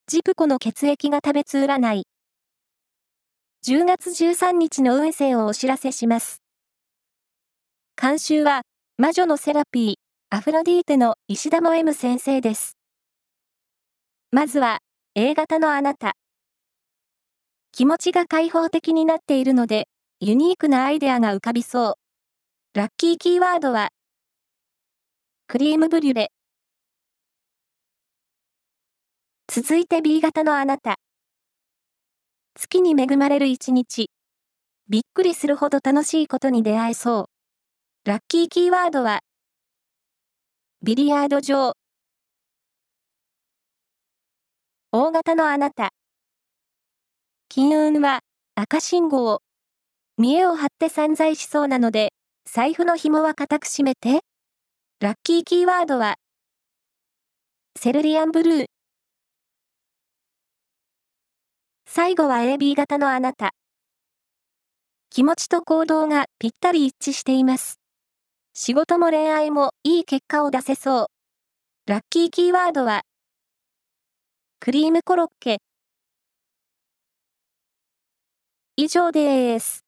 ジプコの血液が食べつ占い。10月13日の運勢をお知らせします。監修は、魔女のセラピー、アフロディーテの石田も M 先生です。まずは、A 型のあなた。気持ちが開放的になっているので、ユニークなアイデアが浮かびそう。ラッキーキーワードは、クリームブリュレ。続いて B 型のあなた。月に恵まれる一日。びっくりするほど楽しいことに出会えそう。ラッキーキーワードは、ビリヤード場。大型のあなた。金運は赤信号。見栄を張って散財しそうなので、財布の紐は固く締めて。ラッキーキーワードは、セルリアンブルー。最後は AB 型のあなた。気持ちと行動がぴったり一致しています。仕事も恋愛もいい結果を出せそう。ラッキーキーワードは、クリームコロッケ。以上です。